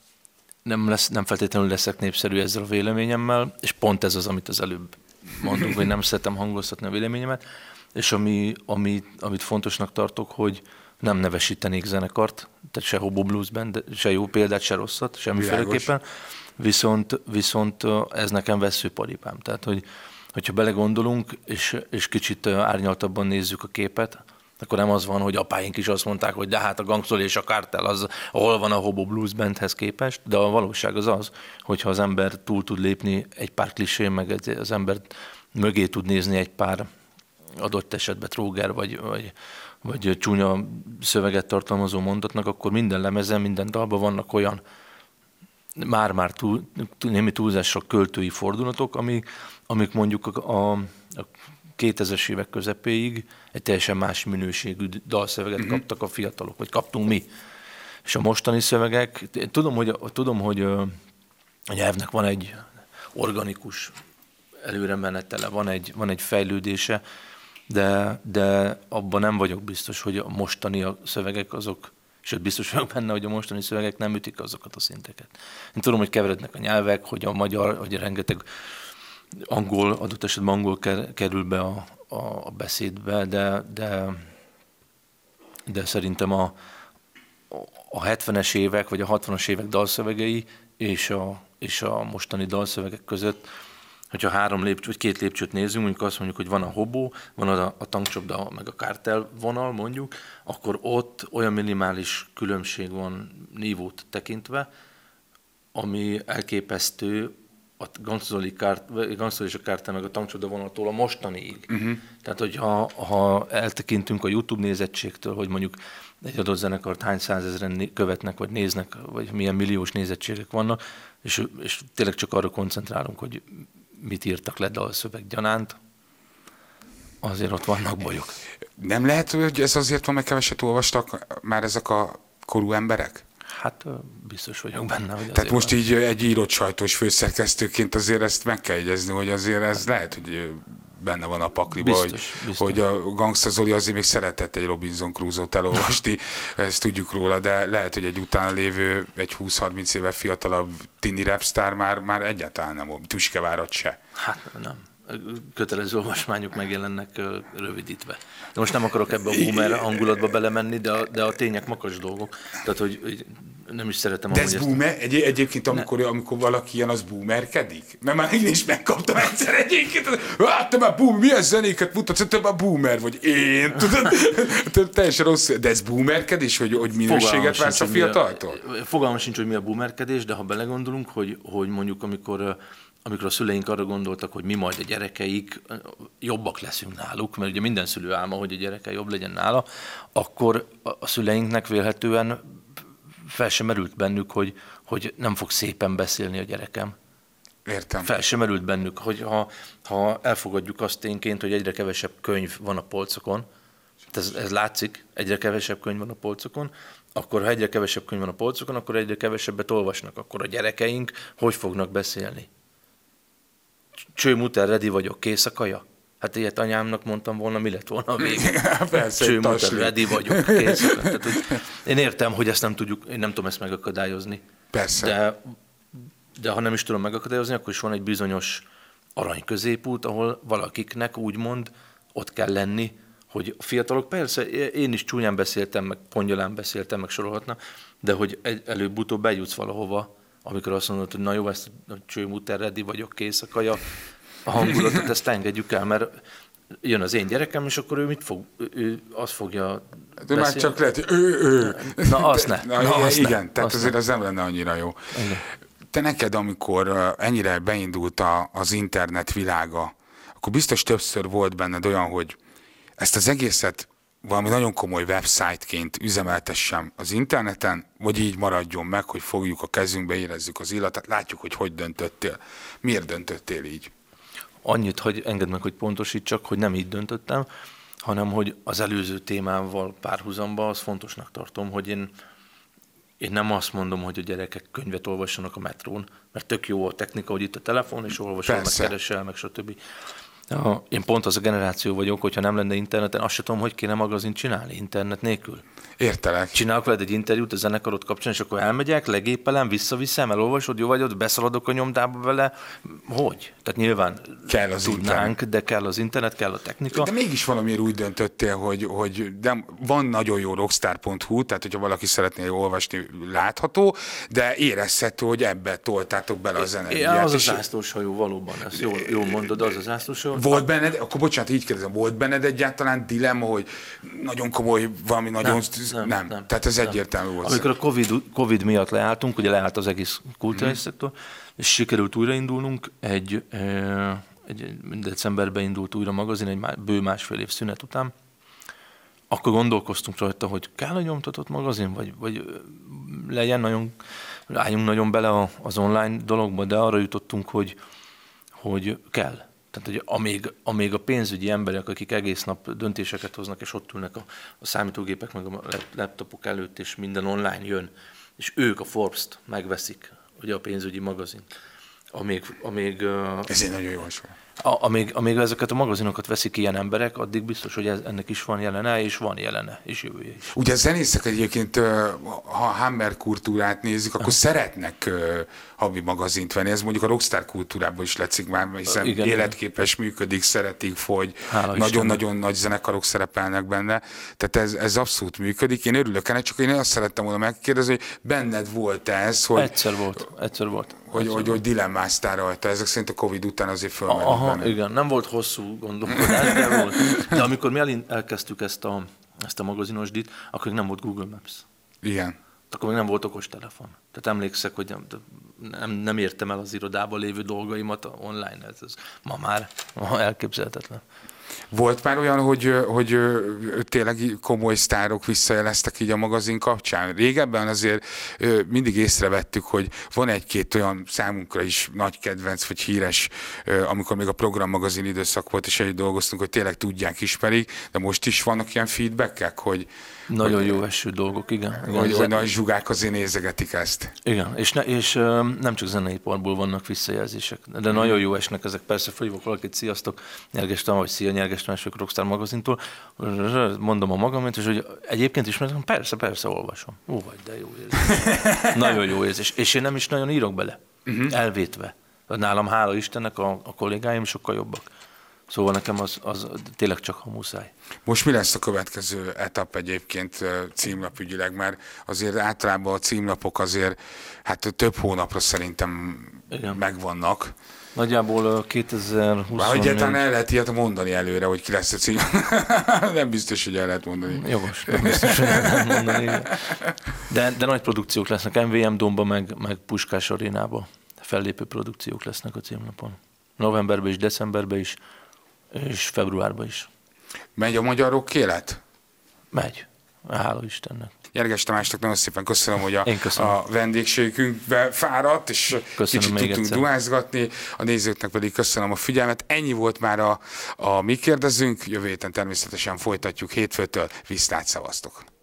nem, lesz, nem feltétlenül leszek népszerű ezzel a véleményemmel, és pont ez az, amit az előbb mondtunk, hogy nem szeretem hangoztatni a véleményemet, és ami, ami, amit fontosnak tartok, hogy nem nevesítenék zenekart, tehát se Hobo Blues Band, se jó példát, se rosszat, semmiféleképpen, viszont, viszont ez nekem vesszőparipám. Tehát, hogy, hogyha belegondolunk, és, és kicsit árnyaltabban nézzük a képet, akkor nem az van, hogy apáink is azt mondták, hogy de hát a Gangstol és a Kartel az, hol van a Hobo Blues Bandhez képest, de a valóság az az, hogyha az ember túl tud lépni egy pár klisén, meg az ember mögé tud nézni egy pár adott esetben tróger, vagy, vagy vagy csúnya szöveget tartalmazó mondatnak, akkor minden lemezen, minden dalban vannak olyan már-már túl, némi túlzásra költői fordulatok, amik, amik mondjuk a, a kétezres évek közepéig egy teljesen más minőségű dalszöveget uh-huh. kaptak a fiatalok, vagy kaptunk mi. És a mostani szövegek, tudom, hogy, tudom, hogy a nyelvnek van egy organikus előre menetele, van egy, van egy fejlődése, de, de abban nem vagyok biztos, hogy a mostani a szövegek azok, sőt biztos vagyok benne, hogy a mostani szövegek nem ütik azokat a szinteket. Én tudom, hogy keverednek a nyelvek, hogy a magyar, hogy rengeteg angol, adott esetben angol kerül be a, a, a beszédbe, de, de, de szerintem a, a hetvenes évek vagy a hatvanas évek dalszövegei és a, és a mostani dalszövegek között, hogyha három lépcső, vagy két lépcsőt nézzünk, mondjuk azt mondjuk, hogy van a hobó, van a, a tankcsapda, meg a kártel vonal mondjuk, akkor ott olyan minimális különbség van nívót tekintve, ami elképesztő a Gangstazoli és a kártel meg a tankcsapda vonaltól a mostaniig. Uh-huh. Tehát, hogyha ha eltekintünk a YouTube nézettségtől, hogy mondjuk egy adott zenekart hány százezren követnek, vagy néznek, vagy milyen milliós nézettségek vannak, és, és tényleg csak arra koncentrálunk, hogy mit írtak le dalszöveg gyanánt, azért ott vannak bajok. Nem lehet, hogy ez azért van, mert keveset olvastak már ezek a korú emberek? Hát biztos vagyok benne, hogy Tehát most van. Így egy írott sajtós főszerkesztőként azért ezt meg kell jegyezni, hogy azért ez lehet, hogy benne van a pakliba, biztos, hogy, biztos. hogy a Gangsta Zoli azért még szeretett egy Robinson Crusoe-t elolvasni, ezt tudjuk róla, de lehet, hogy egy utána lévő, egy húsz-harminc éve fiatalabb tini rapstar már, már egyáltalán nem, Tüskevárat se. Hát nem. Kötelező olvasmányok megjelennek rövidítve. De most nem akarok ebbe a boomer hangulatba belemenni, de a, de a tények makas dolgok. Tehát, hogy nem is szeretem... De ez boomer? Ezt... Egy, egyébként, amikor, amikor valaki ilyen, az boomerkedik? Mert már én is megkaptam egyszer egyébként, hát te már boomer, milyen zenéket mutatsz, te már boomer vagy én, tudod? Teljesen rossz, de ez boomerkedés, hogy, hogy minőséget vársz a fiataltól? Fogalmam sincs, hogy mi a boomerkedés, de ha belegondolunk, hogy, hogy mondjuk amikor... amikor a szüleink arra gondoltak, hogy mi majd a gyerekeik jobbak leszünk náluk, mert ugye minden szülő álma, hogy a gyereke jobb legyen nála, akkor a szüleinknek vélhetően fel sem merült bennük, hogy, hogy nem fog szépen beszélni a gyerekem. Értem. Fel sem merült bennük, hogy ha, ha elfogadjuk azt tényként, hogy egyre kevesebb könyv van a polcokon, ez, ez látszik, egyre kevesebb könyv van a polcokon, akkor ha egyre kevesebb könyv van a polcokon, akkor egyre kevesebbet olvasnak, akkor a gyerekeink hogy fognak beszélni? Cső muter, ready vagyok, kész a kaja? Hát ilyet anyámnak mondtam volna, mi lett volna a végén? Cső muter, ready vagyok, kész a kaja. Tehát, hogy én értem, hogy ezt nem tudjuk, én nem tudom ezt megakadályozni. Persze. De, de ha nem is tudom megakadályozni, akkor is van egy bizonyos arany középút, ahol valakiknek úgymond ott kell lenni, hogy a fiatalok, persze, én is csúnyán beszéltem, meg pongyolán beszéltem, meg sorolhatna, de hogy előbb-utóbb bejutsz valahova, amikor azt mondod, hogy na jó, ezt a csőmuter, ready vagyok, kész a kaja, a hangulatot, ezt engedjük el, mert jön az én gyerekem, és akkor ő mit fog, ő azt fogja de beszélni. Már csak lehet, hogy ő, ő. Na, azt ne. Na, Na, azt igen, ne. tehát azt azért ne. az nem lenne annyira jó. Igen. Te neked, amikor ennyire beindult a, az internet világa, akkor biztos többször volt benned olyan, hogy ezt az egészet valami nagyon komoly website-ként üzemeltessem az interneten, vagy így maradjon meg, hogy fogjuk a kezünkbe, érezzük az illatát, látjuk, hogy hogy döntöttél. Miért döntöttél így? Annyit, hogy engedd meg, hogy pontosítsak, hogy nem így döntöttem, hanem hogy az előző témával párhuzamba az fontosnak tartom, hogy én, én nem azt mondom, hogy a gyerekek könyvet olvassanak a metrón, mert tök jó a technika, hogy itt a telefon, és olvasol, meg keresel, meg stb. Ja, én pont az a generáció vagyok, hogyha nem lenne interneten, azt sem tudom, hogy kéne magazint csinálni internet nélkül. Értelek. Csinálok veled egy interjút a zenekarod kapcsán, és akkor elmegyek, legépelem, visszaviszem, elolvasod, jó vagy ott, beszaladok a nyomdába vele. Hogy? Tehát nyilván kell az tudnánk, internet. De kell az internet, kell a technika. De mégis valamiért úgy döntöttél, hogy, hogy de van nagyon jó rockstar pont hu, tehát hogyha valaki szeretné olvasni, látható, de érezhető, hogy ebbe toltátok bele a zenét. Ja, az a zászlós hajó, valóban, ezt jól, jól mondod, az a zászlós hajó. Volt benned, akkor bocsánat, így kérdezem, volt benned egyáltalán dilemma, hogy nagyon komoly, valami nagyon... Nem, nem, nem. Tehát ez nem. egyértelmű volt. Amikor a COVID, COVID miatt leálltunk, ugye leállt az egész kulturális hmm. szektor, és sikerült újraindulnunk, egy, egy decemberben indult újra magazin, egy bő másfél év szünet után, akkor gondolkoztunk rajta, hogy kell a nyomtatott magazin, vagy, vagy legyen nagyon, álljunk nagyon bele az online dologba, de arra jutottunk, hogy, hogy kell. Tehát, hogy amíg, amíg a pénzügyi emberek, akik egész nap döntéseket hoznak, és ott ülnek a, a számítógépek, meg a laptopok előtt, és minden online jön, és ők a Forbes-t megveszik, ugye a pénzügyi magazint, amíg... amíg Ez egy nagyon jó hasonló. A, amíg, amíg ezeket a magazinokat veszik ilyen emberek, addig biztos, hogy ez, ennek is van jelene, és van jelene, és jövője is. Ugye a zenészek egyébként, ha Hammer kultúrát nézzük, akkor szeretnek havi magazint venni. Ez mondjuk a rockstar kultúrában is látszik már, hiszen igen, életképes, igen. működik, szeretik, hogy nagyon-nagyon nagy zenekarok szerepelnek benne. Tehát ez, ez abszolút működik. Én örülök ennek, csak én azt szerettem volna megkérdezni, hogy benned volt ez, hogy... Egyszer volt, egyszer volt. Hogy, egyszer hogy, hogy dilemmáztál rajta. Ezek szerint a Covid után azért fölmerült Aha, benne. Igen, nem volt hosszú gondolkodás, de volt. De amikor mi elkezdtük ezt a, ezt a magazinosdit, akkor nem volt Google Maps. Igen. Akkor még nem volt okostelefon. Tehát emlékszek, hogy nem, nem, nem értem el az irodában lévő dolgaimat online. Ez, ez ma már ma elképzelhetetlen. Volt már olyan, hogy, hogy tényleg komoly sztárok visszajeleztek így a magazin kapcsán? Régebben azért mindig észrevettük, hogy van egy-két olyan számunkra is nagy kedvenc, vagy híres, amikor még a programmagazin időszak volt, és együtt dolgoztunk, hogy tényleg tudják, ismerik, de most is vannak ilyen feedbackek, hogy... Nagyon hogy, jó eső dolgok, igen. igen hogy, hogy nagy zsugák azért nézegetik ezt. Igen, és, ne, és nem csak zeneiparból vannak visszajelzések, de hmm. nagyon jó esnek ezek. Persze fölhívok valakit, sziasztok, Nyergestem, vagy szia, Nyergestem, és Rockstar magazintól, mondom a magamat, és hogy egyébként is mondom, persze, persze, olvasom. Ó, vagy de jó érzés. Nagyon jó érzés. És én nem is nagyon írok bele, uh-huh. elvétve. Nálam, hála Istennek, a, a kollégáim sokkal jobbak. Szóval nekem az, az tényleg csak ha muszáj. Most mi lesz a következő etap egyébként címlapügyileg? Mert azért általában a címlapok azért hát több hónapra szerintem igen. megvannak. Nagyjából kétezer-huszonnégy... Már egyáltalán el lehet ilyet mondani előre, hogy ki lesz a cím. Nem biztos, hogy el lehet mondani. Jogos, nem biztos, hogy el lehet mondani. De, de nagy produkciók lesznek em vé em Domba, meg, meg Puskás Arénába. Fellépő produkciók lesznek a címlapon. Novemberben is, decemberben is, és februárban is. Megy a magyar rock élet? Megy. Hála Istennek. Nyerges Tamásnak nagyon szépen köszönöm, hogy a, a vendégségünkbe fáradt, és köszönöm, kicsit tudtunk egyszer. dumázgatni. A nézőknek pedig köszönöm a figyelmet. Ennyi volt már a, a Mi kérdezünk. Jövő héten természetesen folytatjuk hétfőtől. Viszlát, szavaztok!